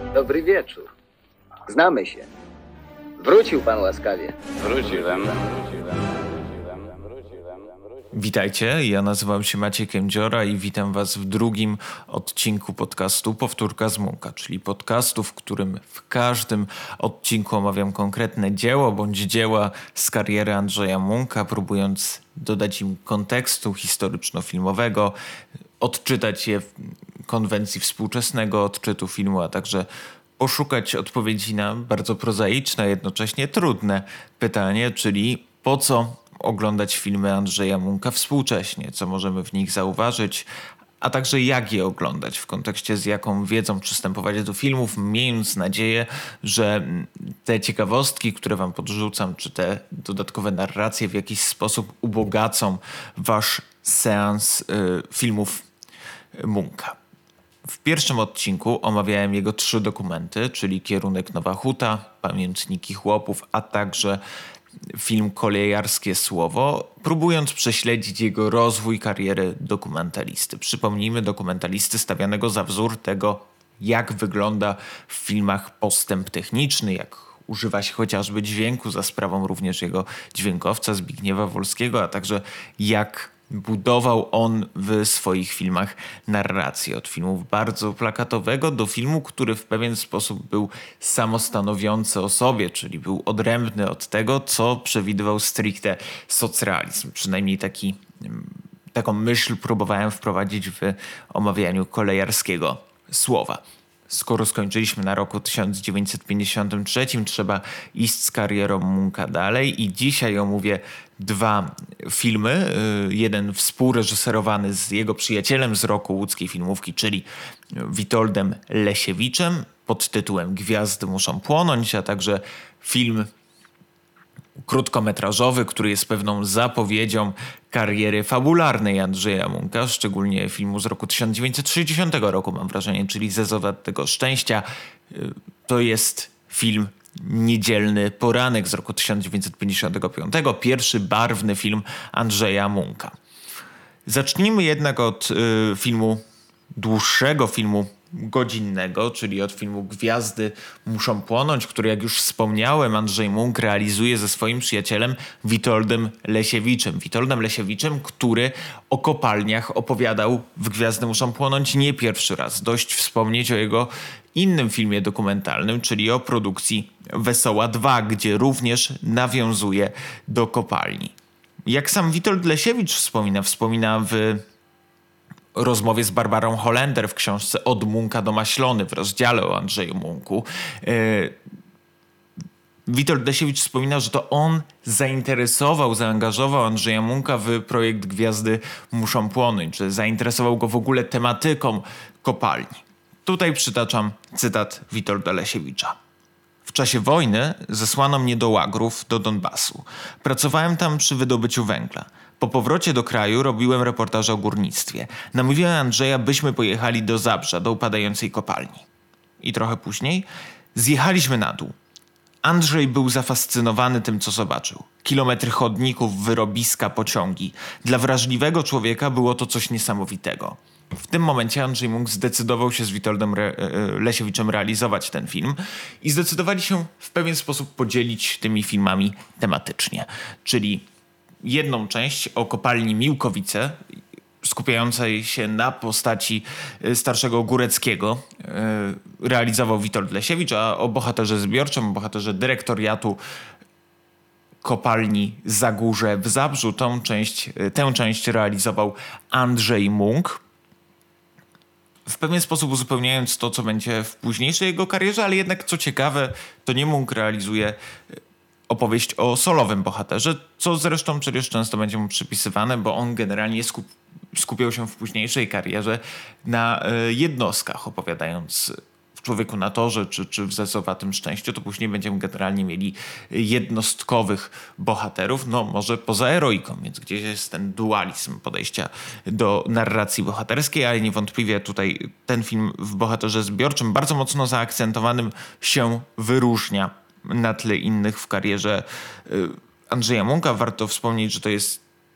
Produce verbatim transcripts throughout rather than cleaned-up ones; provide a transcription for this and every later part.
Dobry wieczór. Znamy się. Wrócił pan łaskawie. Wróciłem. Witajcie, ja nazywam się Maciej Kędziora i witam was w drugim odcinku podcastu Powtórka z Munka, czyli podcastu, w którym w każdym odcinku omawiam konkretne dzieło bądź dzieła z kariery Andrzeja Munka, próbując dodać im kontekstu historyczno-filmowego, odczytać je w konwencji współczesnego odczytu filmu, a także poszukać odpowiedzi na bardzo prozaiczne, jednocześnie trudne pytanie, czyli po co oglądać filmy Andrzeja Munka współcześnie, co możemy w nich zauważyć, a także jak je oglądać, w kontekście z jaką wiedzą przystępować do filmów, miejąc nadzieję, że te ciekawostki, które wam podrzucam, czy te dodatkowe narracje w jakiś sposób ubogacą wasz seans y, filmów Munka. W pierwszym odcinku omawiałem jego trzy dokumenty, czyli Kierunek Nowa Huta, Pamiętniki Chłopów, a także film Kolejarskie Słowo, próbując prześledzić jego rozwój kariery dokumentalisty. Przypomnijmy, dokumentalisty stawianego za wzór tego, jak wygląda w filmach postęp techniczny, jak używa się chociażby dźwięku za sprawą również jego dźwiękowca Zbigniewa Wolskiego, a także jak budował on w swoich filmach narrację. Od filmu bardzo plakatowego do filmu, który w pewien sposób był samostanowiący o sobie, czyli był odrębny od tego, co przewidywał stricte socrealizm. Przynajmniej taki, taką myśl próbowałem wprowadzić w omawianiu Kolejarskiego Słowa. Skoro skończyliśmy na roku tysiąc dziewięćset pięćdziesiątym trzecim, trzeba iść z karierą Munka dalej i dzisiaj omówię dwa filmy. Jeden współreżyserowany z jego przyjacielem z roku łódzkiej filmówki, czyli Witoldem Lesiewiczem pod tytułem Gwiazdy muszą płonąć, a także film krótkometrażowy, który jest pewną zapowiedzią kariery fabularnej Andrzeja Munka, szczególnie filmu z roku tysiąc dziewięćset sześćdziesiątego roku, mam wrażenie, czyli Ze Zawodnego Szczęścia. To jest film Niedzielny Poranek z roku tysiąc dziewięćset pięćdziesiątego piątego, pierwszy barwny film Andrzeja Munka. Zacznijmy jednak od y, filmu, dłuższego filmu godzinnego, czyli od filmu Gwiazdy muszą płonąć, który, jak już wspomniałem, Andrzej Munk realizuje ze swoim przyjacielem Witoldem Lesiewiczem. Witoldem Lesiewiczem, który o kopalniach opowiadał w Gwiazdy muszą płonąć nie pierwszy raz. Dość wspomnieć o jego innym filmie dokumentalnym, czyli o produkcji Wesoła dwa, gdzie również nawiązuje do kopalni. Jak sam Witold Lesiewicz wspomina, wspomina w rozmowie z Barbarą Holender w książce Od Munka do Maślony w rozdziale o Andrzeju Munku, yy, Witold Lesiewicz wspomina, że to on zainteresował, zaangażował Andrzeja Munka w projekt Gwiazdy muszą płonąć, że zainteresował go w ogóle tematyką kopalni. Tutaj przytaczam cytat Witolda Lesiewicza. W czasie wojny zesłano mnie do łagrów, do Donbasu. Pracowałem tam przy wydobyciu węgla. Po powrocie do kraju robiłem reportaże o górnictwie. Namówiłem Andrzeja, byśmy pojechali do Zabrza, do upadającej kopalni. I trochę później zjechaliśmy na dół. Andrzej był zafascynowany tym, co zobaczył. Kilometry chodników, wyrobiska, pociągi. Dla wrażliwego człowieka było to coś niesamowitego. W tym momencie Andrzej Munk zdecydował się z Witoldem Re- Lesiewiczem realizować ten film i zdecydowali się w pewien sposób podzielić tymi filmami tematycznie. Czyli jedną część o kopalni Miłkowice, skupiającej się na postaci starszego Góreckiego, realizował Witold Lesiewicz, a o bohaterze zbiorczym, o bohaterze dyrektoriatu kopalni Zagórze w Zabrzu, tą część, tę część realizował Andrzej Munk. W pewien sposób uzupełniając to, co będzie w późniejszej jego karierze, ale jednak co ciekawe, to nie Munk realizuje opowieść o solowym bohaterze, co zresztą przecież często będzie mu przypisywane, bo on generalnie skup, skupiał się w późniejszej karierze na y, jednostkach, opowiadając w Człowieku na torze czy, czy w Zezowatym Szczęściu, to później będziemy generalnie mieli jednostkowych bohaterów, no może poza eroiką, więc gdzieś jest ten dualizm podejścia do narracji bohaterskiej, ale niewątpliwie tutaj ten film w bohaterze zbiorczym, bardzo mocno zaakcentowanym, się wyróżnia na tle innych w karierze Andrzeja Munka. Warto wspomnieć, że to jest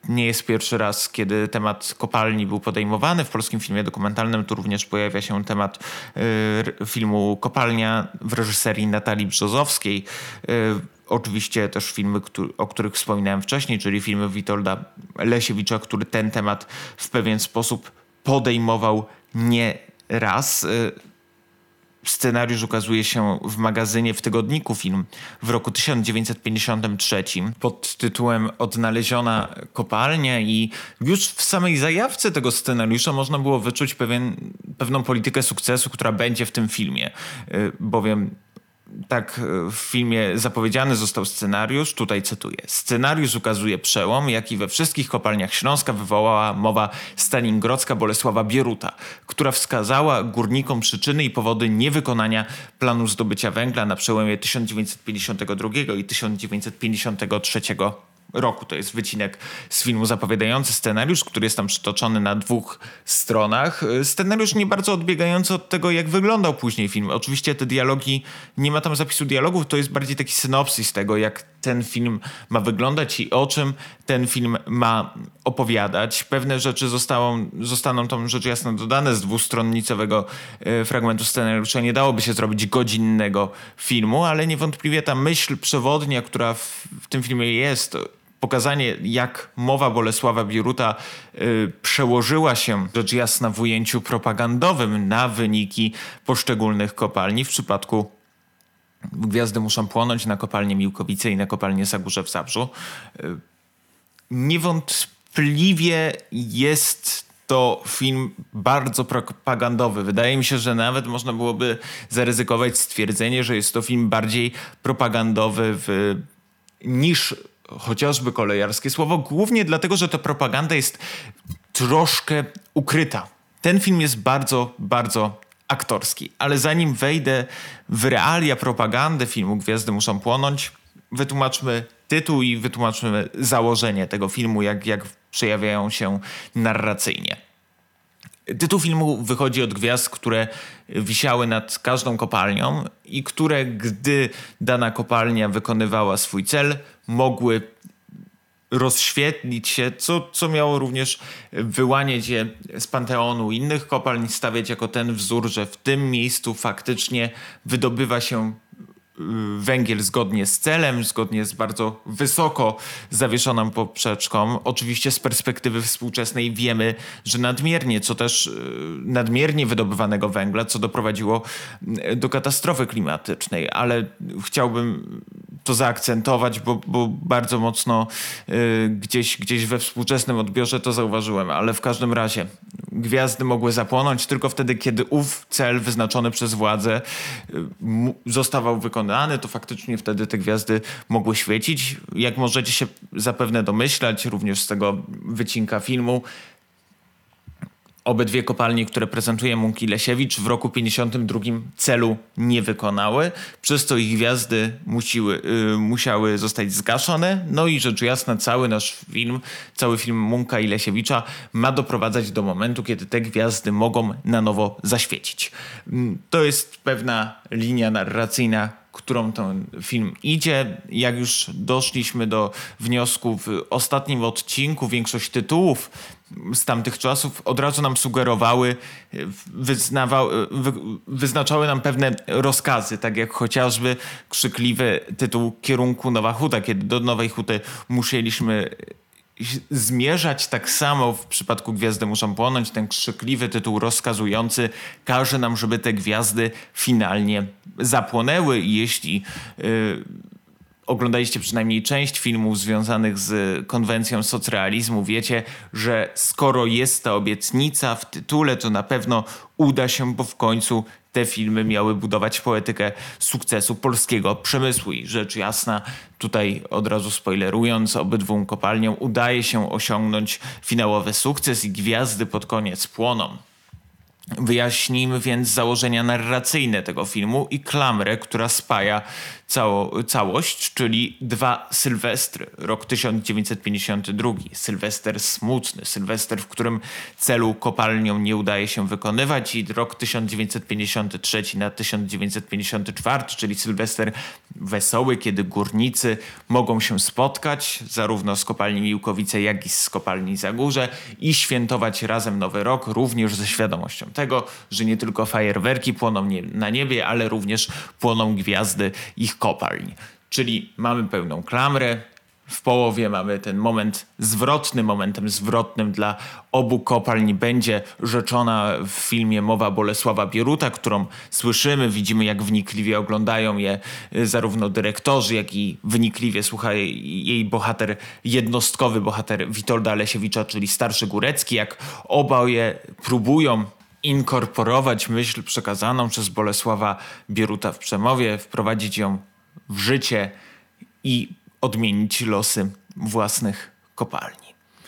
nie jest pierwszy raz, kiedy temat kopalni był podejmowany. W polskim filmie dokumentalnym tu również pojawia się temat y, filmu Kopalnia w reżyserii Natalii Brzozowskiej. Y, oczywiście też filmy, który, o których wspominałem wcześniej, czyli filmy Witolda Lesiewicza, który ten temat w pewien sposób podejmował nie raz. Y, Scenariusz ukazuje się w magazynie, w tygodniku Film w roku tysiąc dziewięćset pięćdziesiątym trzecim pod tytułem Odnaleziona kopalnia i już w samej zajawce tego scenariusza można było wyczuć pewien, pewną politykę sukcesu, która będzie w tym filmie, bowiem tak w filmie zapowiedziany został scenariusz, tutaj cytuję. Scenariusz ukazuje przełom, jaki we wszystkich kopalniach Śląska wywołała mowa stalingrodzka Bolesława Bieruta, która wskazała górnikom przyczyny i powody niewykonania planu zdobycia węgla na przełomie tysiąc dziewięćset pięćdziesiątego drugiego i tysiąc dziewięćset pięćdziesiątego trzeciego roku. To jest wycinek z filmu zapowiadający scenariusz, który jest tam przytoczony na dwóch stronach. Scenariusz nie bardzo odbiegający od tego, jak wyglądał później film. Oczywiście te dialogi, nie ma tam zapisu dialogów, to jest bardziej taki synopsis tego, jak ten film ma wyglądać i o czym ten film ma opowiadać. Pewne rzeczy zostało, zostaną tam rzecz jasna dodane z dwustronnicowego e, fragmentu scenariusza. Nie dałoby się zrobić godzinnego filmu, ale niewątpliwie ta myśl przewodnia, która w, w tym filmie jest, pokazanie, jak mowa Bolesława Bieruta y, przełożyła się, rzecz jasna, w ujęciu propagandowym na wyniki poszczególnych kopalni. W przypadku Gwiazdy muszą płonąć, na kopalnię Miłkowice i na kopalnię Zagórze w Zabrzu. Y, niewątpliwie jest to film bardzo propagandowy. Wydaje mi się, że nawet można byłoby zaryzykować stwierdzenie, że jest to film bardziej propagandowy w, niż chociażby Kolejarskie Słowo, głównie dlatego, że ta propaganda jest troszkę ukryta. Ten film jest bardzo, bardzo aktorski, ale zanim wejdę w realia propagandy filmu Gwiazdy muszą płonąć, wytłumaczmy tytuł i wytłumaczmy założenie tego filmu, jak, jak przejawiają się narracyjnie. Tytuł filmu wychodzi od gwiazd, które wisiały nad każdą kopalnią i które, gdy dana kopalnia wykonywała swój cel, mogły rozświetlić się, co, co miało również wyłaniać je z panteonu innych kopalń, stawiać jako ten wzór, że w tym miejscu faktycznie wydobywa się węgiel zgodnie z celem, zgodnie z bardzo wysoko zawieszoną poprzeczką. Oczywiście z perspektywy współczesnej wiemy, że nadmiernie, co też nadmiernie wydobywanego węgla, co doprowadziło do katastrofy klimatycznej, ale chciałbym to zaakcentować, bo, bo bardzo mocno y, gdzieś, gdzieś we współczesnym odbiorze to zauważyłem, ale w każdym razie gwiazdy mogły zapłonąć tylko wtedy, kiedy ów cel wyznaczony przez władzę y, zostawał wykonany, to faktycznie wtedy te gwiazdy mogły świecić. Jak możecie się zapewne domyślać, również z tego wycinka filmu, obydwie kopalnie, które prezentuje Munki Lesiewicz, w roku pięćdziesiątym drugim celu nie wykonały, przez co ich gwiazdy musiły, yy, musiały zostać zgaszone. No i rzecz jasna cały nasz film, cały film Munka i Lesiewicza ma doprowadzać do momentu, kiedy te gwiazdy mogą na nowo zaświecić. Yy, to jest pewna linia narracyjna, którą ten film idzie. Jak już doszliśmy do wniosku w ostatnim odcinku, większość tytułów z tamtych czasów od razu nam sugerowały, wyznawały, wy, wyznaczały nam pewne rozkazy, tak jak chociażby krzykliwy tytuł kierunku Nowa Huta, kiedy do Nowej Huty musieliśmy zmierzać. Tak samo w przypadku Gwiazdy muszą płonąć, ten krzykliwy tytuł rozkazujący każe nam, żeby te gwiazdy finalnie zapłonęły i jeśli yy, oglądaliście przynajmniej część filmów związanych z konwencją socrealizmu, wiecie, że skoro jest ta obietnica w tytule, to na pewno uda się, bo w końcu te filmy miały budować poetykę sukcesu polskiego przemysłu. I rzecz jasna, tutaj od razu spoilerując, obydwu kopalniom udaje się osiągnąć finałowy sukces i gwiazdy pod koniec płoną. Wyjaśnijmy więc założenia narracyjne tego filmu i klamrę, która spaja cało, całość, czyli dwa Sylwestry. Rok tysiąc dziewięćset pięćdziesiąty drugi. Sylwester smutny, Sylwester, w którym celu kopalniom nie udaje się wykonywać, i rok tysiąc dziewięćset pięćdziesiąty trzeci na tysiąc dziewięćset pięćdziesiąty czwarty, czyli Sylwester wesoły, kiedy górnicy mogą się spotkać zarówno z kopalni Miłkowice, jak i z kopalni Zagórze i świętować razem Nowy Rok, również ze świadomością tego, że nie tylko fajerwerki płoną nie, na niebie, ale również płoną gwiazdy ich kopalń. Czyli mamy pełną klamrę, w połowie mamy ten moment zwrotny. Momentem zwrotnym dla obu kopalń będzie rzeczona w filmie mowa Bolesława Bieruta, którą słyszymy, widzimy, jak wnikliwie oglądają je zarówno dyrektorzy, jak i wnikliwie słucha jej bohater, jednostkowy bohater Witolda Lesiewicza, czyli starszy Górecki, jak oboje próbują inkorporować myśl przekazaną przez Bolesława Bieruta w przemowie, wprowadzić ją w życie i odmienić losy własnych kopalni.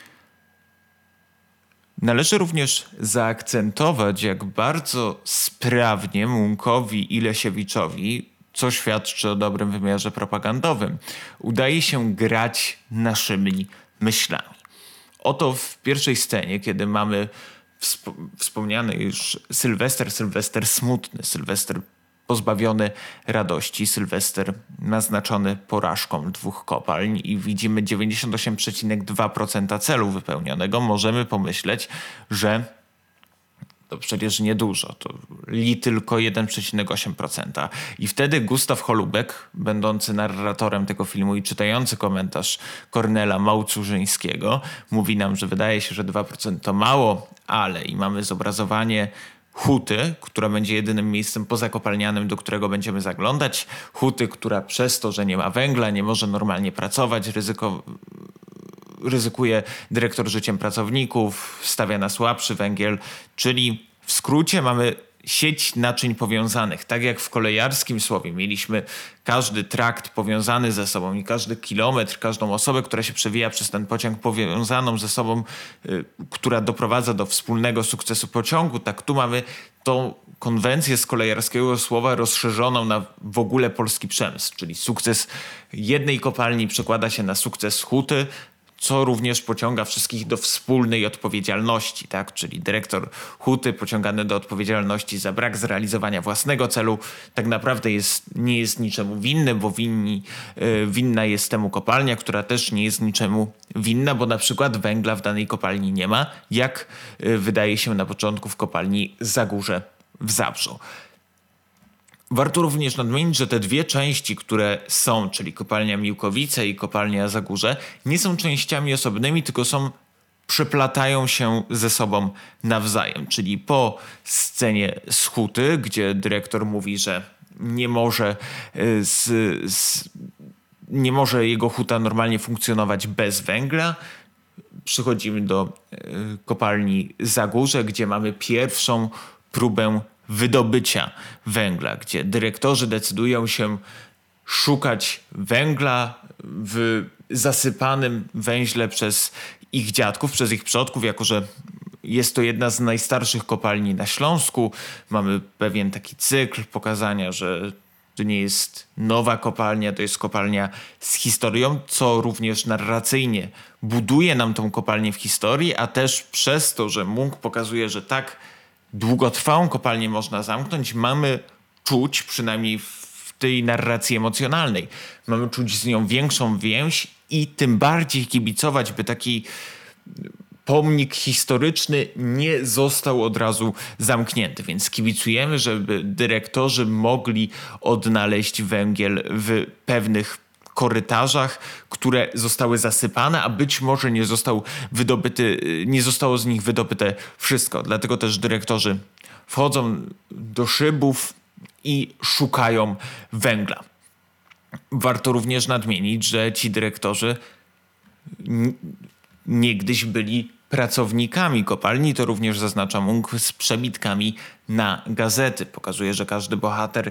Należy również zaakcentować, jak bardzo sprawnie Munkowi i Lesiewiczowi, co świadczy o dobrym wymiarze propagandowym, udaje się grać naszymi myślami. Oto w pierwszej scenie, kiedy mamy Wsp- wspomniany już Sylwester, Sylwester smutny, Sylwester pozbawiony radości, Sylwester naznaczony porażką dwóch kopalń i widzimy dziewięćdziesiąt osiem przecinek dwa procent celu wypełnionego, możemy pomyśleć, że to przecież niedużo, to li tylko jeden przecinek osiem procent. I wtedy Gustaw Holubek, będący narratorem tego filmu i czytający komentarz Kornela Małcurzyńskiego, mówi nam, że wydaje się, że dwa procent to mało, ale i mamy zobrazowanie Huty, która będzie jedynym miejscem pozakopalnianym, do którego będziemy zaglądać. Huty, która przez to, że nie ma węgla, nie może normalnie pracować, ryzyko... ryzykuje dyrektor życiem pracowników, stawia na słabszy węgiel, czyli w skrócie mamy sieć naczyń powiązanych. Tak jak w kolejarskim słowie mieliśmy każdy trakt powiązany ze sobą i każdy kilometr, każdą osobę, która się przewija przez ten pociąg powiązaną ze sobą, y, która doprowadza do wspólnego sukcesu pociągu, tak tu mamy tą konwencję z kolejarskiego słowa rozszerzoną na w ogóle polski przemysł, czyli sukces jednej kopalni przekłada się na sukces huty, co również pociąga wszystkich do wspólnej odpowiedzialności, tak? Czyli dyrektor huty pociągany do odpowiedzialności za brak zrealizowania własnego celu tak naprawdę jest, nie jest niczemu winny, bo winni, yy, winna jest temu kopalnia, która też nie jest niczemu winna, bo na przykład węgla w danej kopalni nie ma, jak yy, wydaje się na początku w kopalni Zagórze w Zabrzu. Warto również nadmienić, że te dwie części, które są, czyli kopalnia Miłkowice i kopalnia Zagórze, nie są częściami osobnymi, tylko są, przeplatają się ze sobą nawzajem. Czyli po scenie z huty, gdzie dyrektor mówi, że nie może, z, z, nie może jego huta normalnie funkcjonować bez węgla, przychodzimy do kopalni Zagórze, gdzie mamy pierwszą próbę wydobycia węgla, gdzie dyrektorzy decydują się szukać węgla w zasypanym węźle przez ich dziadków, przez ich przodków, jako że jest to jedna z najstarszych kopalni na Śląsku. Mamy pewien taki cykl pokazania, że to nie jest nowa kopalnia, to jest kopalnia z historią, co również narracyjnie buduje nam tą kopalnię w historii, a też przez to, że Munk pokazuje, że tak długotrwałą kopalnię można zamknąć, mamy czuć, przynajmniej w tej narracji emocjonalnej, mamy czuć z nią większą więź i tym bardziej kibicować, by taki pomnik historyczny nie został od razu zamknięty. Więc kibicujemy, żeby dyrektorzy mogli odnaleźć węgiel w pewnych korytarzach, które zostały zasypane, a być może nie został wydobyty, nie zostało z nich wydobyte wszystko. Dlatego też dyrektorzy wchodzą do szybów i szukają węgla. Warto również nadmienić, że ci dyrektorzy niegdyś byli pracownikami kopalni, to również zaznacza Munk z przebitkami na gazety. Pokazuje, że każdy bohater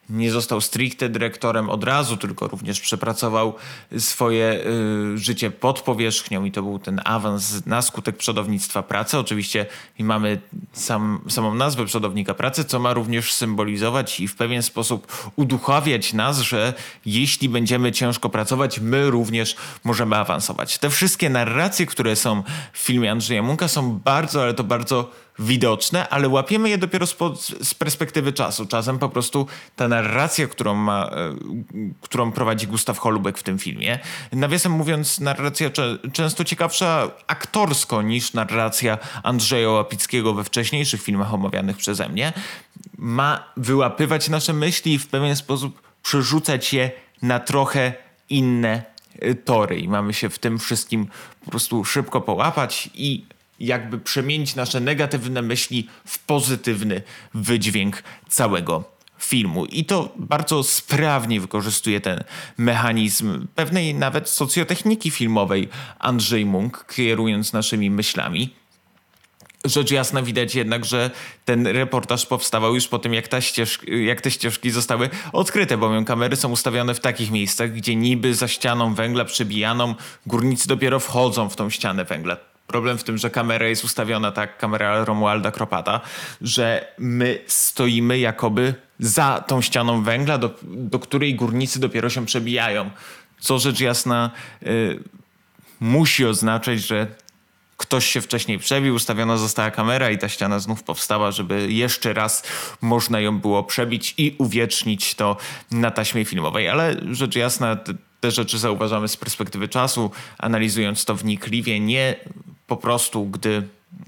nie został stricte dyrektorem od razu, tylko również przepracował swoje y, życie pod powierzchnią i to był ten awans na skutek przodownictwa pracy. Oczywiście mamy sam, samą nazwę przodownika pracy, co ma również symbolizować i w pewien sposób uduchawiać nas, że jeśli będziemy ciężko pracować, my również możemy awansować. Te wszystkie narracje, które są w filmie Andrzeja Munka, są bardzo, ale to bardzo widoczne, ale łapiemy je dopiero z, z perspektywy czasu. Czasem po prostu ta narracja, którą, ma, e, którą prowadzi Gustaw Holubek w tym filmie, nawiasem mówiąc, narracja cze, często ciekawsza aktorsko niż narracja Andrzeja Łapickiego we wcześniejszych filmach omawianych przeze mnie, ma wyłapywać nasze myśli i w pewien sposób przerzucać je na trochę inne tory. I mamy się w tym wszystkim po prostu szybko połapać i jakby przemienić nasze negatywne myśli w pozytywny wydźwięk całego filmu. I to bardzo sprawnie wykorzystuje ten mechanizm pewnej nawet socjotechniki filmowej Andrzej Munk, kierując naszymi myślami. Rzecz jasna widać jednak, że ten reportaż powstawał już po tym, jak, ta ścieżki, jak te ścieżki zostały odkryte, bowiem kamery są ustawione w takich miejscach, gdzie niby za ścianą węgla przebijaną górnicy dopiero wchodzą w tą ścianę węgla. Problem w tym, że kamera jest ustawiona tak, kamera Romualda Kropata, że my stoimy jakoby za tą ścianą węgla, do, do której górnicy dopiero się przebijają. Co rzecz jasna y, musi oznaczać, że ktoś się wcześniej przebił, ustawiona została kamera i ta ściana znów powstała, żeby jeszcze raz można ją było przebić i uwiecznić to na taśmie filmowej. Ale rzecz jasna, te, te rzeczy zauważamy z perspektywy czasu, analizując to wnikliwie, nie po prostu, gdy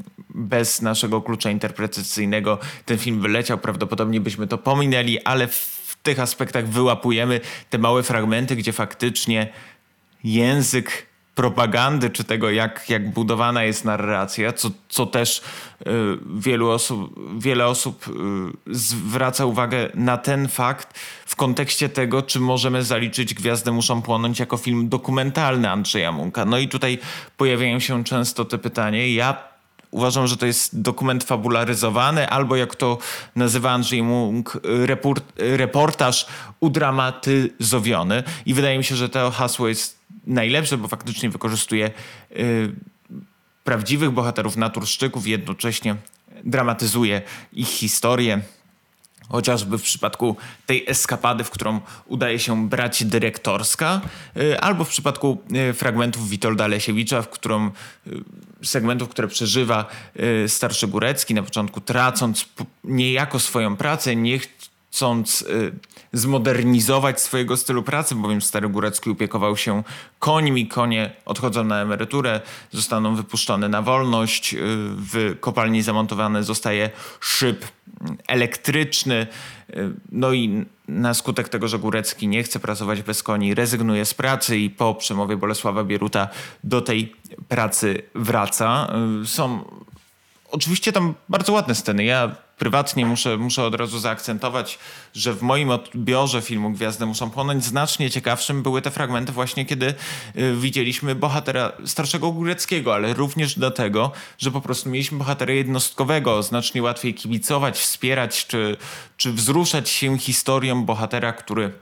bez naszego klucza interpretacyjnego ten film wyleciał, prawdopodobnie byśmy to pominęli, ale w tych aspektach wyłapujemy te małe fragmenty, gdzie faktycznie język propagandy, czy tego, jak, jak budowana jest narracja, co, co też y, wielu osób, wiele osób y, zwraca uwagę na ten fakt w kontekście tego, czy możemy zaliczyć Gwiazdy muszą płonąć jako film dokumentalny Andrzeja Munka. No i tutaj pojawiają się często te pytania. Ja uważam, że to jest dokument fabularyzowany, albo jak to nazywa Andrzej Munk, report, reportaż udramatyzowiony. I wydaje mi się, że to hasło jest najlepsze, bo faktycznie wykorzystuje y, prawdziwych bohaterów, naturszczyków, jednocześnie dramatyzuje ich historię. Chociażby w przypadku tej eskapady, w którą udaje się brać dyrektorska, y, albo w przypadku y, fragmentów Witolda Lesiewicza, w którą y, segmentów, które przeżywa y, starszy Górecki, na początku tracąc p- niejako swoją pracę, nie chcąc y, zmodernizować swojego stylu pracy, bowiem stary Górecki opiekował się końmi, konie odchodzą na emeryturę, zostaną wypuszczone na wolność, y, w kopalni zamontowany zostaje szyb elektryczny, y, no i na skutek tego, że Górecki nie chce pracować bez koni, rezygnuje z pracy i po przemowie Bolesława Bieruta do tej pracy wraca. Y, są oczywiście tam bardzo ładne sceny. Ja prywatnie muszę, muszę od razu zaakcentować, że w moim odbiorze filmu Gwiazdy muszą płonąć znacznie ciekawszym były te fragmenty właśnie, kiedy y, widzieliśmy bohatera starszego Góreckiego, ale również dlatego, że po prostu mieliśmy bohatera jednostkowego. Znacznie łatwiej kibicować, wspierać czy, czy wzruszać się historią bohatera, który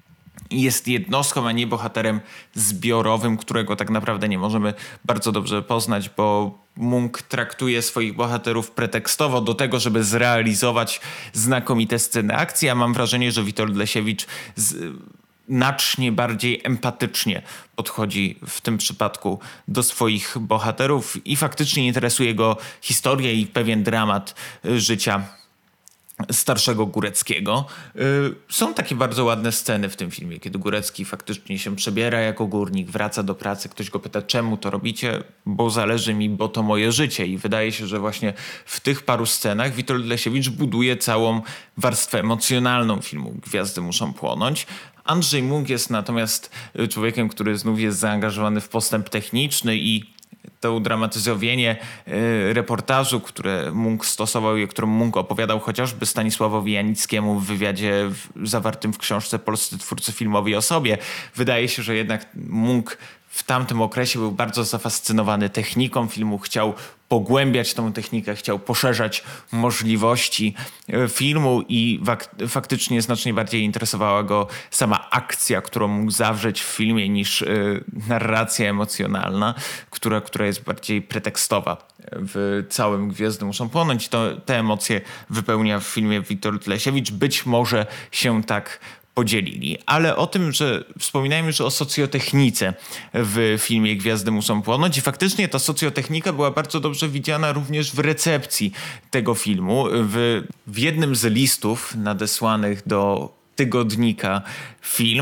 jest jednostką, a nie bohaterem zbiorowym, którego tak naprawdę nie możemy bardzo dobrze poznać, bo Munk traktuje swoich bohaterów pretekstowo do tego, żeby zrealizować znakomite sceny akcji, a mam wrażenie, że Witold Lesiewicz z, znacznie bardziej empatycznie podchodzi w tym przypadku do swoich bohaterów i faktycznie interesuje go historia i pewien dramat życia starszego Góreckiego. Są takie bardzo ładne sceny w tym filmie, kiedy Górecki faktycznie się przebiera jako górnik, wraca do pracy, ktoś go pyta, czemu to robicie? Bo zależy mi, bo to moje życie. I wydaje się, że właśnie w tych paru scenach Witold Lesiewicz buduje całą warstwę emocjonalną filmu Gwiazdy muszą płonąć. Andrzej Munk jest natomiast człowiekiem, który znów jest zaangażowany w postęp techniczny i to udramatyzowienie y, reportażu, które Munk stosował i o którym Munk opowiadał chociażby Stanisławowi Janickiemu w wywiadzie w, zawartym w książce Polscy twórcy filmowi o sobie. Wydaje się, że jednak Munk w tamtym okresie był bardzo zafascynowany techniką filmu, chciał pogłębiać tą technikę, chciał poszerzać możliwości filmu i fak- faktycznie znacznie bardziej interesowała go sama akcja, którą mógł zawrzeć w filmie, niż y, narracja emocjonalna, która, która jest bardziej pretekstowa w całym Gwiazdy muszą płonąć. To, te emocje wypełnia w filmie Witold Lesiewicz. Być może się tak podzielili. Ale o tym, że wspominałem już o socjotechnice w filmie Gwiazdy muszą płonąć i faktycznie ta socjotechnika była bardzo dobrze widziana również w recepcji tego filmu. W, w jednym z listów nadesłanych do tygodnika Film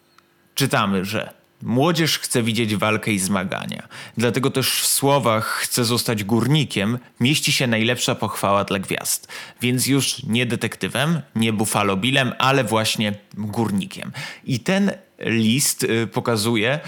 czytamy, że młodzież chce widzieć walkę i zmagania. Dlatego też w słowach "chcę zostać górnikiem" mieści się najlepsza pochwała dla gwiazd. Więc już nie detektywem, nie Buffalo Billem, ale właśnie górnikiem. I ten list y, pokazuje,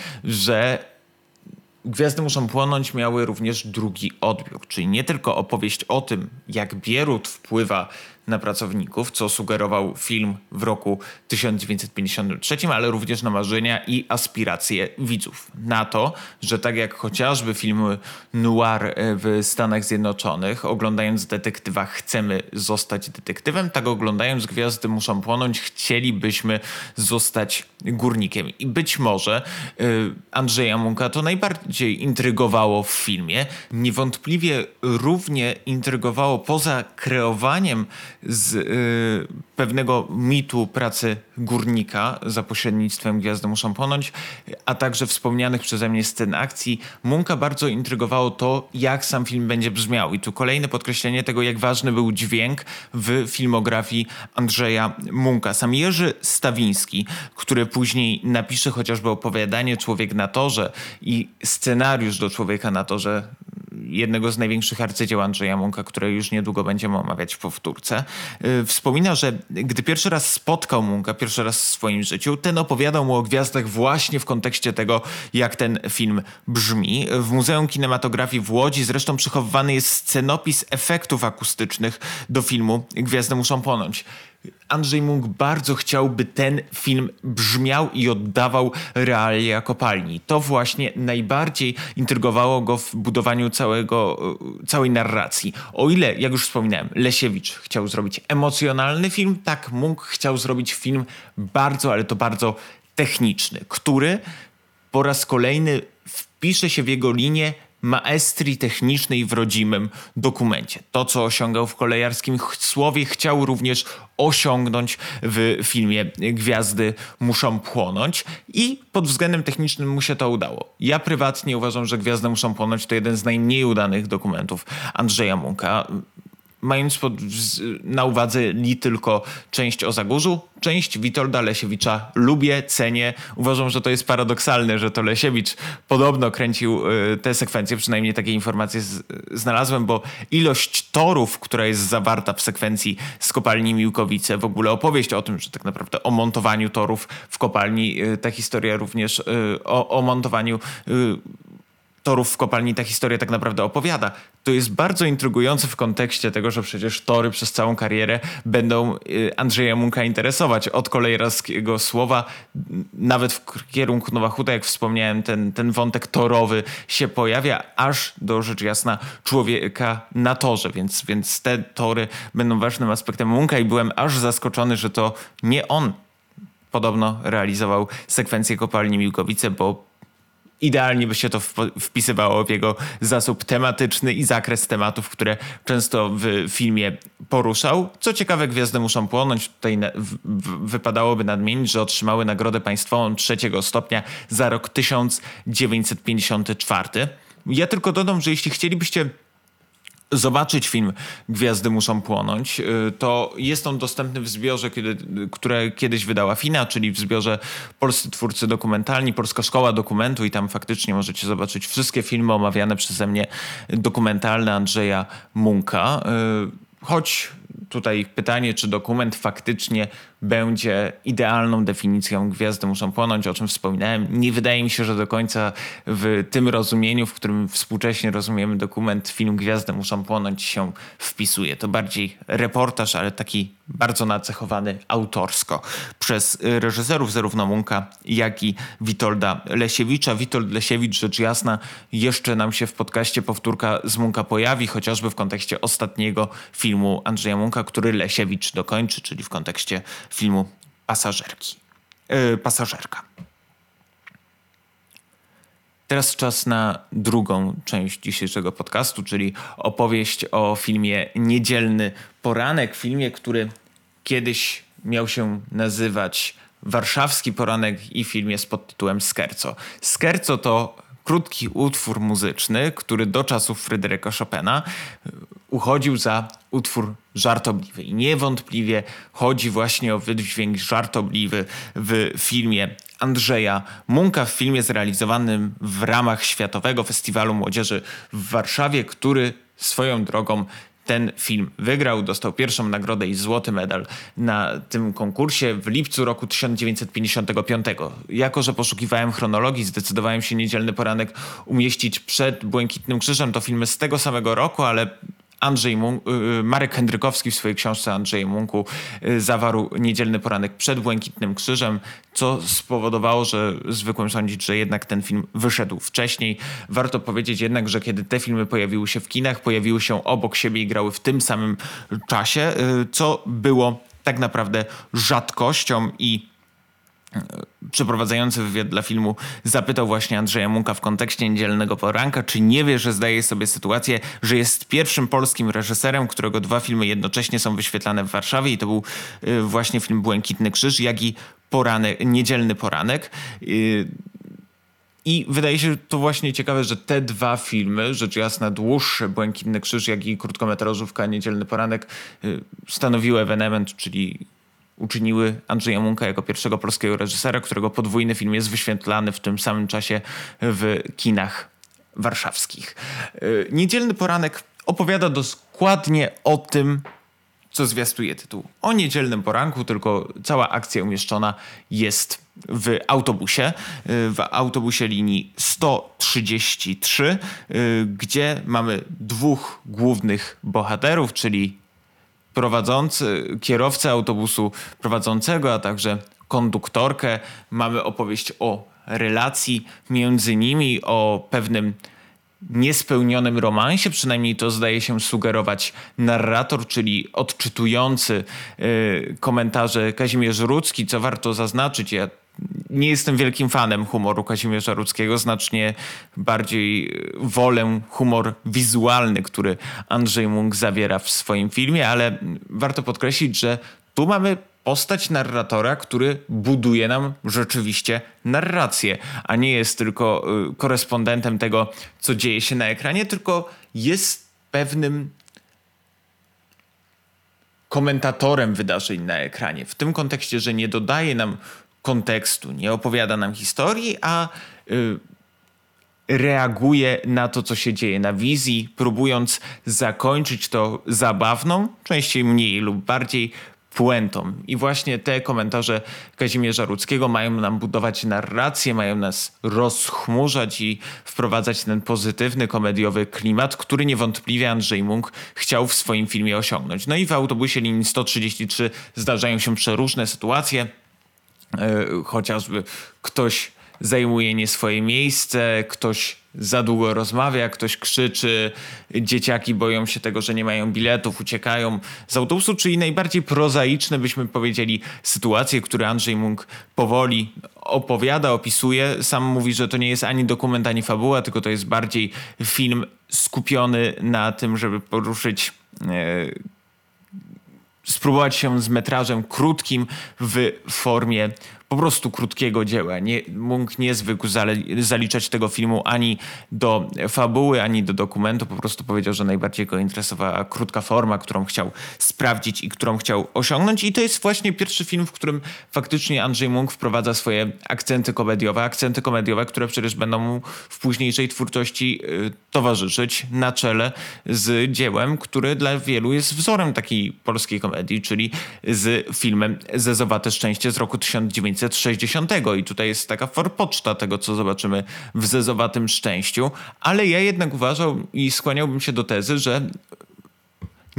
że Gwiazdy muszą płonąć miały również drugi odbiór, czyli nie tylko opowieść o tym, jak Bierut wpływa na pracowników, co sugerował film w roku tysiąc dziewięćset pięćdziesiątym trzecim, ale również na marzenia i aspiracje widzów. Na to, że tak jak chociażby filmy noir w Stanach Zjednoczonych, oglądając detektywa chcemy zostać detektywem, tak oglądając Gwiazdy muszą płonąć chcielibyśmy zostać górnikiem. I być może y, Andrzeja Munka to najbardziej intrygowało w filmie. Niewątpliwie równie intrygowało poza kreowaniem z y, pewnego mitu pracy górnika za pośrednictwem Gwiazdy muszą płonąć, a także wspomnianych przeze mnie scen akcji. Munka bardzo intrygowało to, jak sam film będzie brzmiał. I tu kolejne podkreślenie tego, jak ważny był dźwięk w filmografii Andrzeja Munka. Sam Jerzy Stawiński, który później napisze chociażby opowiadanie Człowiek na torze i scenariusz do Człowieka na torze, jednego z największych arcydzieł Andrzeja Munka, które już niedługo będziemy omawiać w powtórce, yy, wspomina, że gdy pierwszy raz spotkał Munka, pierwszy raz w swoim życiu, ten opowiadał mu o gwiazdach właśnie w kontekście tego, jak ten film brzmi. W Muzeum Kinematografii w Łodzi zresztą przechowywany jest scenopis efektów akustycznych do filmu Gwiazdy muszą płonąć. Andrzej Munk bardzo chciał, by ten film brzmiał i oddawał realia kopalni. To właśnie najbardziej intrygowało go w budowaniu całego, całej narracji. O ile, jak już wspominałem, Lesiewicz chciał zrobić emocjonalny film, tak Munk chciał zrobić film bardzo, ale to bardzo techniczny, który po raz kolejny wpisze się w jego linię maestrii technicznej w rodzimym dokumencie. To, co osiągał w Kolejarskim Słowie, chciał również osiągnąć w filmie Gwiazdy muszą płonąć i pod względem technicznym mu się to udało. Ja prywatnie uważam, że Gwiazdy muszą płonąć to jeden z najmniej udanych dokumentów Andrzeja Munka. Mając pod, na uwadze nie tylko część o Zagórzu, część Witolda Lesiewicza lubię, cenię. Uważam, że to jest paradoksalne, że to Lesiewicz podobno kręcił y, te sekwencje, przynajmniej takie informacje z, znalazłem, bo ilość torów, która jest zawarta w sekwencji z kopalni Miłkowice, w ogóle opowieść o tym, że tak naprawdę o montowaniu torów w kopalni, y, ta historia również y, o, o montowaniu y, torów w kopalni ta historia tak naprawdę opowiada. To jest bardzo intrygujące w kontekście tego, że przecież tory przez całą karierę będą Andrzeja Munka interesować. Od Kolejarskiego Słowa, nawet w kierunku Nowa Huta, jak wspomniałem, ten, ten wątek torowy się pojawia, aż do rzecz jasna Człowieka na torze, więc, więc te tory będą ważnym aspektem Munka i byłem aż zaskoczony, że to nie on podobno realizował sekwencję kopalni Miłkowice, bo idealnie by się to wpisywało w jego zasób tematyczny i zakres tematów, które często w filmie poruszał. Co ciekawe, Gwiazdy muszą płonąć. Tutaj w, w, wypadałoby nadmienić, że otrzymały nagrodę państwową trzeciego stopnia za rok tysiąc dziewięćset pięćdziesiąty czwarty. Ja tylko dodam, że jeśli chcielibyście zobaczyć film Gwiazdy muszą płonąć, to jest on dostępny w zbiorze, kiedy, które kiedyś wydała Fina, czyli w zbiorze Polscy Twórcy Dokumentalni, Polska Szkoła Dokumentu i tam faktycznie możecie zobaczyć wszystkie filmy omawiane przeze mnie dokumentalne Andrzeja Munka. Choć tutaj pytanie, czy dokument faktycznie będzie idealną definicją Gwiazdy muszą płonąć, o czym wspominałem. Nie wydaje mi się, że do końca w tym rozumieniu, w którym współcześnie rozumiemy dokument, film Gwiazdy muszą płonąć się wpisuje. To bardziej reportaż, ale taki bardzo nacechowany autorsko przez reżyserów zarówno Munka, jak i Witolda Lesiewicza. Witold Lesiewicz, rzecz jasna, jeszcze nam się w podcaście powtórka z Munka pojawi, chociażby w kontekście ostatniego filmu Andrzeja Munka, który Lesiewicz dokończy, czyli w kontekście filmu Pasażerki. Yy, Pasażerka. Teraz czas na drugą część dzisiejszego podcastu, czyli opowieść o filmie Niedzielny Poranek. Filmie, który kiedyś miał się nazywać Warszawski Poranek i filmie z podtytułem Scherzo. Scherzo to krótki utwór muzyczny, który do czasów Fryderyka Chopina uchodził za utwór żartobliwy. I niewątpliwie chodzi właśnie o wydźwięk żartobliwy w filmie Andrzeja Munka, w filmie zrealizowanym w ramach Światowego Festiwalu Młodzieży w Warszawie, który swoją drogą ten film wygrał, dostał pierwszą nagrodę i złoty medal na tym konkursie w lipcu roku tysiąc dziewięćset pięćdziesiątego piątego. Jako że poszukiwałem chronologii, zdecydowałem się Niedzielny Poranek umieścić przed Błękitnym Krzyżem. To filmy z tego samego roku, ale Andrzej Munk, Marek Hendrykowski w swojej książce Andrzeju Munku zawarł Niedzielny Poranek przed Błękitnym Krzyżem, co spowodowało, że zwykłem sądzić, że jednak ten film wyszedł wcześniej. Warto powiedzieć jednak, że kiedy te filmy pojawiły się w kinach, pojawiły się obok siebie i grały w tym samym czasie, co było tak naprawdę rzadkością i przeprowadzający wywiad dla filmu zapytał właśnie Andrzeja Munka w kontekście Niedzielnego Poranka, czy nie wie, że zdaje sobie sytuację, że jest pierwszym polskim reżyserem, którego dwa filmy jednocześnie są wyświetlane w Warszawie i to był właśnie film Błękitny Krzyż, jak i poranek, Niedzielny Poranek. I wydaje się to właśnie ciekawe, że te dwa filmy, rzecz jasna dłuższe, Błękitny Krzyż, jak i krótkometrażówka Niedzielny Poranek, stanowiły ewenement, czyli uczyniły Andrzeja Munka jako pierwszego polskiego reżysera, którego podwójny film jest wyświetlany w tym samym czasie w kinach warszawskich. Niedzielny Poranek opowiada dokładnie o tym, co zwiastuje tytuł. O niedzielnym poranku, tylko cała akcja umieszczona jest w autobusie, w autobusie linii sto trzydzieści trzy, gdzie mamy dwóch głównych bohaterów, czyli prowadzący, kierowcę autobusu prowadzącego, a także konduktorkę. Mamy opowieść o relacji między nimi, o pewnym niespełnionym romansie, przynajmniej to zdaje się sugerować narrator, czyli odczytujący yy, komentarze Kazimierz Rudzki, co warto zaznaczyć. Ja nie jestem wielkim fanem humoru Kazimierza Rudzkiego, znacznie bardziej wolę humor wizualny, który Andrzej Munk zawiera w swoim filmie, ale warto podkreślić, że tu mamy postać narratora, który buduje nam rzeczywiście narrację, a nie jest tylko korespondentem tego, co dzieje się na ekranie, tylko jest pewnym komentatorem wydarzeń na ekranie. W tym kontekście, że nie dodaje nam kontekstu, nie opowiada nam historii, a y, reaguje na to, co się dzieje na wizji, próbując zakończyć to zabawną, częściej mniej lub bardziej puentą. I właśnie te komentarze Kazimierza Rudzkiego mają nam budować narrację, mają nas rozchmurzać i wprowadzać ten pozytywny, komediowy klimat, który niewątpliwie Andrzej Munk chciał w swoim filmie osiągnąć. No i w autobusie linii sto trzydzieści trzy zdarzają się przeróżne sytuacje, Yy, chociażby ktoś zajmuje nie swoje miejsce, ktoś za długo rozmawia, ktoś krzyczy, dzieciaki boją się tego, że nie mają biletów, uciekają z autobusu, czyli najbardziej prozaiczne, byśmy powiedzieli, sytuacje, które Andrzej Munk powoli opowiada, opisuje. Sam mówi, że to nie jest ani dokument, ani fabuła, tylko to jest bardziej film skupiony na tym, żeby poruszyć yy, spróbować się z metrażem krótkim w formie po prostu krótkiego dzieła. Nie, Munk nie zwykł zale- zaliczać tego filmu ani do fabuły, ani do dokumentu. Po prostu powiedział, że najbardziej go interesowała krótka forma, którą chciał sprawdzić i którą chciał osiągnąć. I to jest właśnie pierwszy film, w którym faktycznie Andrzej Munk wprowadza swoje akcenty komediowe. Akcenty komediowe, które przecież będą mu w późniejszej twórczości y, towarzyszyć na czele z dziełem, który dla wielu jest wzorem takiej polskiej komedii, czyli z filmem Zezowate Szczęście z roku tysiąc dziewięćset sześćdziesiątego. I tutaj jest taka forpoczta tego, co zobaczymy w Zezowatym Szczęściu. Ale ja jednak uważam i skłaniałbym się do tezy, że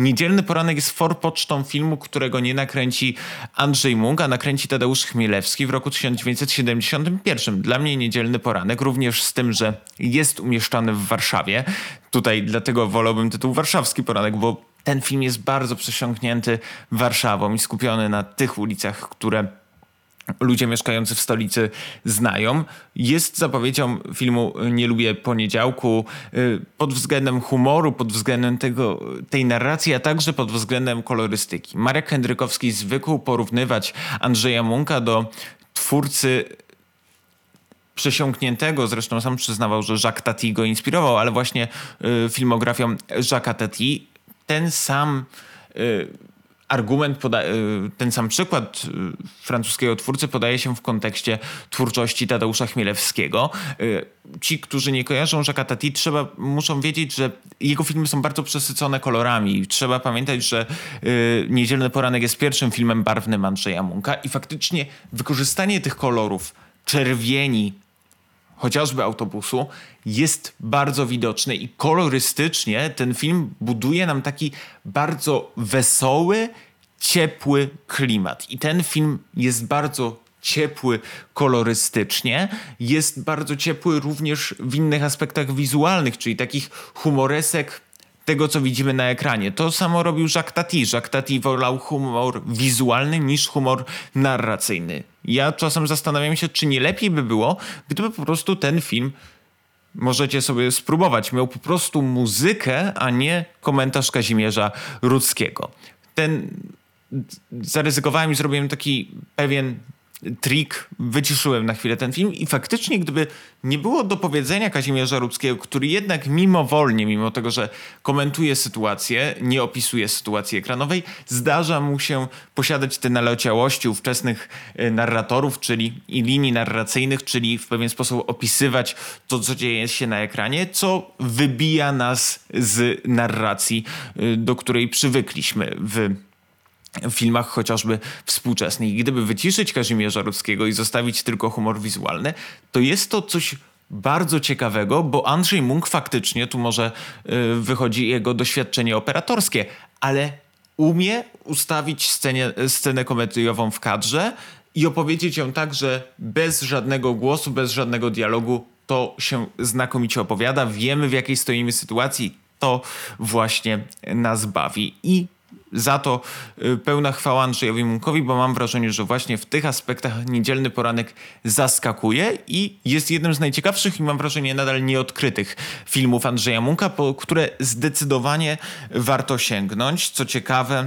Niedzielny Poranek jest forpocztą filmu, którego nie nakręci Andrzej Munk, a nakręci Tadeusz Chmielewski w roku tysiąc dziewięćset siedemdziesiątym pierwszym. Dla mnie Niedzielny Poranek, również z tym, że jest umieszczany w Warszawie. Tutaj dlatego wolałbym tytuł Warszawski Poranek, bo ten film jest bardzo przesiąknięty Warszawą i skupiony na tych ulicach, które ludzie mieszkający w stolicy znają. Jest zapowiedzią filmu Nie lubię poniedziałku pod względem humoru, pod względem tego, tej narracji, a także pod względem kolorystyki. Marek Jędrykowski zwykł porównywać Andrzeja Munka do twórcy przesiąkniętego, zresztą sam przyznawał, że Jacques Tati go inspirował, ale właśnie filmografią Jacques'a Tati. Ten sam argument, poda- ten sam przykład francuskiego twórcy podaje się w kontekście twórczości Tadeusza Chmielewskiego. Ci, którzy nie kojarzą Jacques'a Tati, trzeba, muszą wiedzieć, że jego filmy są bardzo przesycone kolorami. Trzeba pamiętać, że Niedzielny Poranek jest pierwszym filmem barwnym Andrzeja Munka i faktycznie wykorzystanie tych kolorów, czerwieni, chociażby autobusu, jest bardzo widoczne i kolorystycznie ten film buduje nam taki bardzo wesoły, ciepły klimat. I ten film jest bardzo ciepły kolorystycznie, jest bardzo ciepły również w innych aspektach wizualnych, czyli takich humoresek tego, co widzimy na ekranie. To samo robił Jacques Tati. Jacques Tati wolał humor wizualny niż humor narracyjny. Ja czasem zastanawiam się, czy nie lepiej by było, gdyby po prostu ten film, możecie sobie spróbować, miał po prostu muzykę, a nie komentarz Kazimierza Rudzkiego. Ten zaryzykowałem i zrobiłem taki pewien trik, wyciszyłem na chwilę ten film i faktycznie gdyby nie było dopowiedzenia Kazimierza Rudzkiego, który jednak mimowolnie, mimo tego, że komentuje sytuację, nie opisuje sytuacji ekranowej, zdarza mu się posiadać te naleciałości ówczesnych narratorów, czyli i linii narracyjnych, czyli w pewien sposób opisywać to, co dzieje się na ekranie, co wybija nas z narracji, do której przywykliśmy w w filmach chociażby współczesnych. I gdyby wyciszyć Kazimierza Rudzkiego i zostawić tylko humor wizualny, to jest to coś bardzo ciekawego, bo Andrzej Munk faktycznie, tu może y, wychodzi jego doświadczenie operatorskie, ale umie ustawić scenie, scenę komediową w kadrze i opowiedzieć ją tak, że bez żadnego głosu, bez żadnego dialogu to się znakomicie opowiada. Wiemy, w jakiej stoimy sytuacji. To właśnie nas bawi. I za to pełna chwała Andrzejowi Munkowi, bo mam wrażenie, że właśnie w tych aspektach Niedzielny Poranek zaskakuje i jest jednym z najciekawszych i mam wrażenie nadal nieodkrytych filmów Andrzeja Munka, po które zdecydowanie warto sięgnąć. Co ciekawe,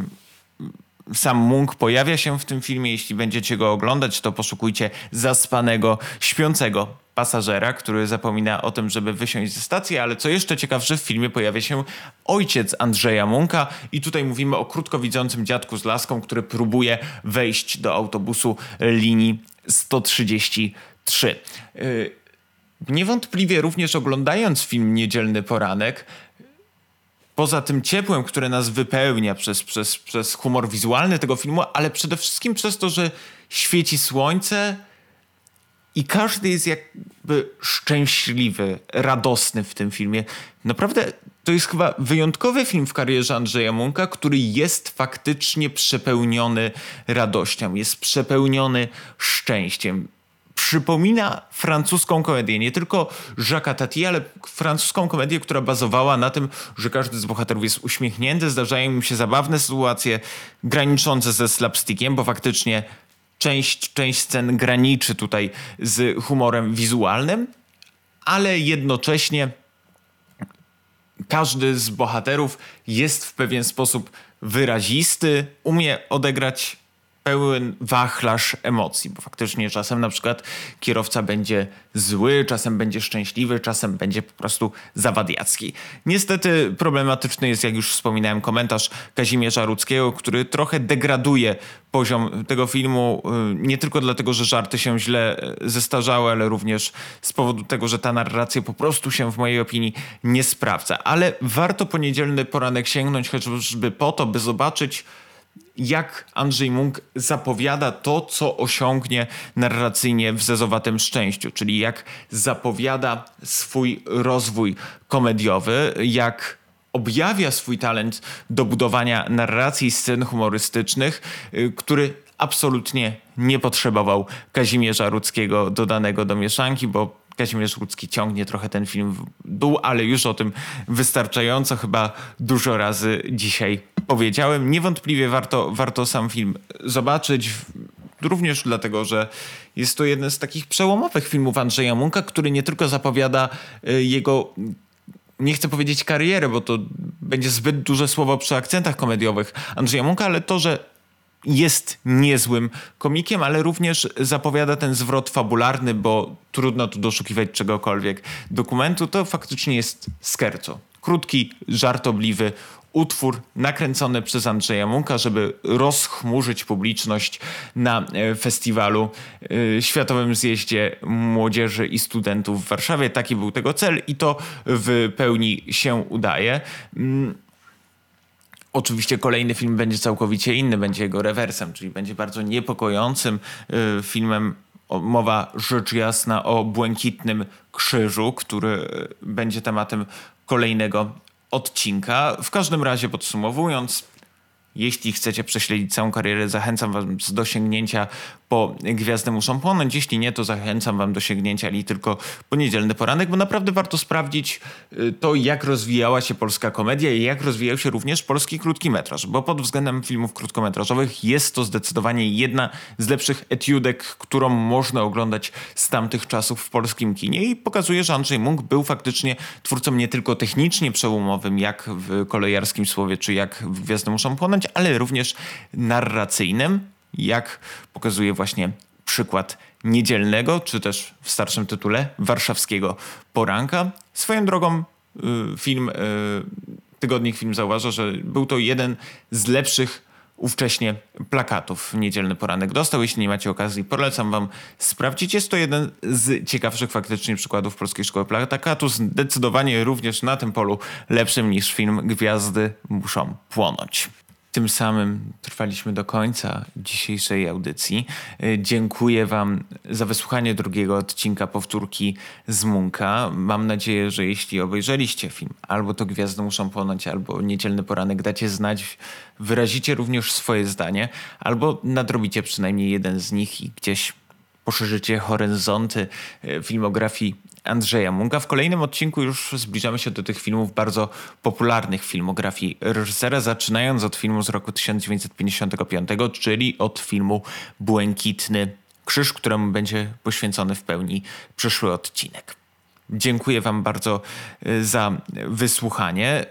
sam Munk pojawia się w tym filmie. Jeśli będziecie go oglądać, to poszukujcie zaspanego, śpiącego pasażera, który zapomina o tym, żeby wysiąść ze stacji, ale co jeszcze ciekawsze, w filmie pojawia się ojciec Andrzeja Munka i tutaj mówimy o krótkowidzącym dziadku z laską, który próbuje wejść do autobusu linii sto trzydzieści trzy. Niewątpliwie również oglądając film Niedzielny Poranek, poza tym ciepłem, które nas wypełnia przez, przez, przez humor wizualny tego filmu, ale przede wszystkim przez to, że świeci słońce i każdy jest jakby szczęśliwy, radosny w tym filmie. Naprawdę to jest chyba wyjątkowy film w karierze Andrzeja Munka, który jest faktycznie przepełniony radością, jest przepełniony szczęściem. Przypomina francuską komedię, nie tylko Jacques'a Tati, ale francuską komedię, która bazowała na tym, że każdy z bohaterów jest uśmiechnięty, zdarzają im się zabawne sytuacje graniczące ze slapstickiem, bo faktycznie część, część scen graniczy tutaj z humorem wizualnym, ale jednocześnie każdy z bohaterów jest w pewien sposób wyrazisty, umie odegrać pełen wachlarz emocji, bo faktycznie czasem na przykład kierowca będzie zły, czasem będzie szczęśliwy, czasem będzie po prostu zawadiacki. Niestety problematyczny jest, jak już wspominałem, komentarz Kazimierza Rudzkiego, który trochę degraduje poziom tego filmu, nie tylko dlatego, że żarty się źle zestarzały, ale również z powodu tego, że ta narracja po prostu się w mojej opinii nie sprawdza. Ale warto po Niedzielny Poranek sięgnąć chociażby po to, by zobaczyć, jak Andrzej Munk zapowiada to, co osiągnie narracyjnie w Zezowatym Szczęściu, czyli jak zapowiada swój rozwój komediowy, jak objawia swój talent do budowania narracji, scen humorystycznych, który absolutnie nie potrzebował Kazimierza Rudzkiego dodanego do mieszanki, bo Kazimierz Rudzki ciągnie trochę ten film w dół, ale już o tym wystarczająco chyba dużo razy dzisiaj powiedziałem. Niewątpliwie warto, warto sam film zobaczyć, również dlatego, że jest to jeden z takich przełomowych filmów Andrzeja Munka, który nie tylko zapowiada jego, nie chcę powiedzieć karierę, bo to będzie zbyt duże słowo przy akcentach komediowych Andrzeja Munka, ale to, że jest niezłym komikiem, ale również zapowiada ten zwrot fabularny, bo trudno tu doszukiwać czegokolwiek dokumentu. To faktycznie jest scherzo. Krótki, żartobliwy utwór nakręcony przez Andrzeja Munka, żeby rozchmurzyć publiczność na festiwalu, Światowym Zjeździe Młodzieży i Studentów w Warszawie. Taki był tego cel i to w pełni się udaje. Oczywiście kolejny film będzie całkowicie inny, będzie jego rewersem, czyli będzie bardzo niepokojącym y, filmem. O, mowa rzecz jasna o Błękitnym Krzyżu, który będzie tematem kolejnego odcinka. W każdym razie podsumowując, jeśli chcecie prześledzić całą karierę, zachęcam was do sięgnięcia po Gwiazdy muszą płonąć. Jeśli nie, to zachęcam wam do sięgnięcia li tylko po Niedzielny Poranek, bo naprawdę warto sprawdzić to, jak rozwijała się polska komedia i jak rozwijał się również polski krótki metraż, bo pod względem filmów krótkometrażowych jest to zdecydowanie jedna z lepszych etiudek, którą można oglądać z tamtych czasów w polskim kinie i pokazuje, że Andrzej Munk był faktycznie twórcą nie tylko technicznie przełomowym, jak w Kolejarskim Słowie, czy jak w Gwiazdy muszą płonąć, ale również narracyjnym, jak pokazuje właśnie przykład Niedzielnego, czy też w starszym tytule Warszawskiego Poranka. Swoją drogą film, Tygodnik Film zauważa, że był to jeden z lepszych ówcześnie plakatów Niedzielny Poranek dostał. Jeśli nie macie okazji, polecam wam sprawdzić. Jest to jeden z ciekawszych faktycznie przykładów Polskiej Szkoły Plakatu. Zdecydowanie również na tym polu lepszym niż film Gwiazdy muszą płonąć. Tym samym trwaliśmy do końca dzisiejszej audycji. Dziękuję wam za wysłuchanie drugiego odcinka powtórki z Munka. Mam nadzieję, że jeśli obejrzeliście film, albo to Gwiazdy muszą płonąć, albo Niedzielny Poranek, dacie znać, wyrazicie również swoje zdanie, albo nadrobicie przynajmniej jeden z nich i gdzieś poszerzycie horyzonty filmografii Andrzeja Munka. W kolejnym odcinku już zbliżamy się do tych filmów bardzo popularnych w filmografii reżysera, zaczynając od filmu z roku tysiąc dziewięćset pięćdziesiątego piątego, czyli od filmu Błękitny Krzyż, któremu będzie poświęcony w pełni przyszły odcinek. Dziękuję wam bardzo za wysłuchanie.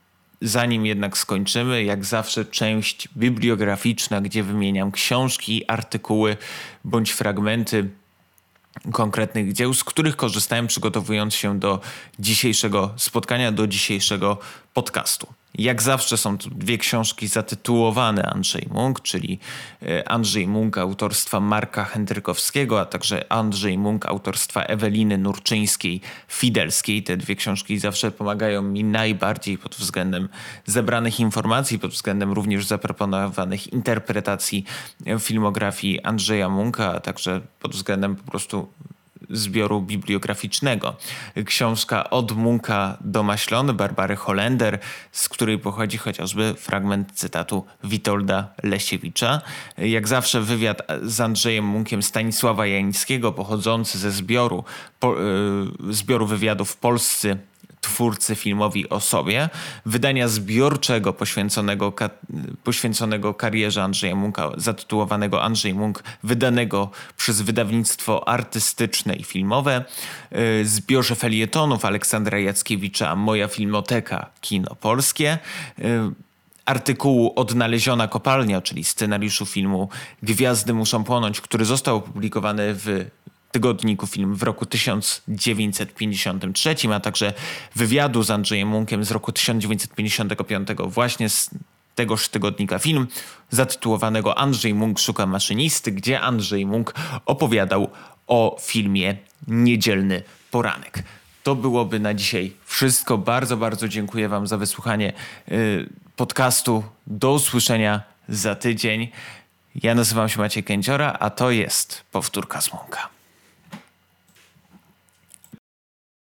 Zanim jednak skończymy, jak zawsze część bibliograficzna, gdzie wymieniam książki, artykuły bądź fragmenty konkretnych dzieł, z których korzystałem, przygotowując się do dzisiejszego spotkania, do dzisiejszego podcastu. Jak zawsze są tu dwie książki zatytułowane Andrzej Munk, czyli Andrzej Munk autorstwa Marka Hendrykowskiego, a także Andrzej Munk autorstwa Eweliny Nurczyńskiej-Fidelskiej. Te dwie książki zawsze pomagają mi najbardziej pod względem zebranych informacji, pod względem również zaproponowanych interpretacji filmografii Andrzeja Munka, a także pod względem po prostu zbioru bibliograficznego. Książka Od Munka do Maślony Barbary Holender, z której pochodzi chociażby fragment cytatu Witolda Lesiewicza. Jak zawsze wywiad z Andrzejem Munkiem Stanisława Janickiego, pochodzący ze zbioru, po, yy, zbioru wywiadów Polscy twórcy filmowi o sobie, wydania zbiorczego poświęconego, ka- poświęconego karierze Andrzeja Munka, zatytułowanego Andrzej Munk, wydanego przez wydawnictwo artystyczne i filmowe, yy, zbiorze felietonów Aleksandra Jackiewicza Moja Filmoteka, Kino Polskie, yy, artykułu Odnaleziona kopalnia, czyli scenariuszu filmu Gwiazdy muszą płonąć, który został opublikowany w Tygodniku Film w roku tysiąc dziewięćset pięćdziesiątym trzecim, a także wywiadu z Andrzejem Munkiem z roku tysiąc dziewięćset pięćdziesiątego piątego właśnie z tegoż tygodnika Film, zatytułowanego Andrzej Munk szuka maszynisty, gdzie Andrzej Munk opowiadał o filmie Niedzielny Poranek. To byłoby na dzisiaj wszystko. Bardzo, bardzo dziękuję wam za wysłuchanie yy, podcastu. Do usłyszenia za tydzień. Ja nazywam się Maciej Kędziora, a to jest Powtórka z Munka.